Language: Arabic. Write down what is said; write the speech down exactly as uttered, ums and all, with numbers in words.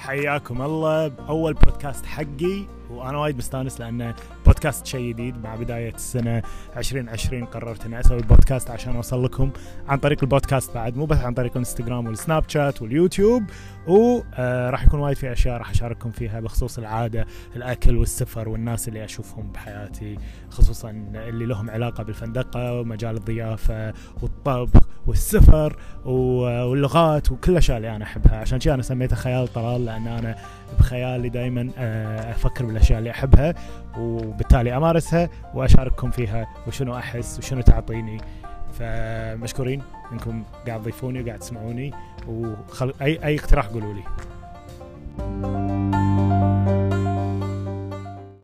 حياكم الله بأول بودكاست حقي، وأنا وايد مستانس لأنه بودكاست شيء جديد. مع بداية السنة عشرين عشرين قررت أن أسوي بودكاست عشان أوصل لكم عن طريق البودكاست، بعد مو بس عن طريق الانستغرام والسناب شات واليوتيوب. وراح يكون وايد في أشياء راح أشارككم فيها بخصوص العادة، الأكل والسفر والناس اللي أشوفهم بحياتي، خصوصا اللي لهم علاقة بالفندقة ومجال الضيافة والطبخ والسفر واللغات وكل الأشياء اللي أنا أحبها. عشان شيء أنا سميته خيال طلال، لأن أنا بخيالي دائما أفكر بالأشياء اللي أحبها وبالتالي أمارسها وأشارككم فيها وشنو أحس وشنو تعطيني. فمشكورين إنكم قاعد تضيفوني وقاعد تسمعوني، وخل... أي أي اقتراح قولوا لي.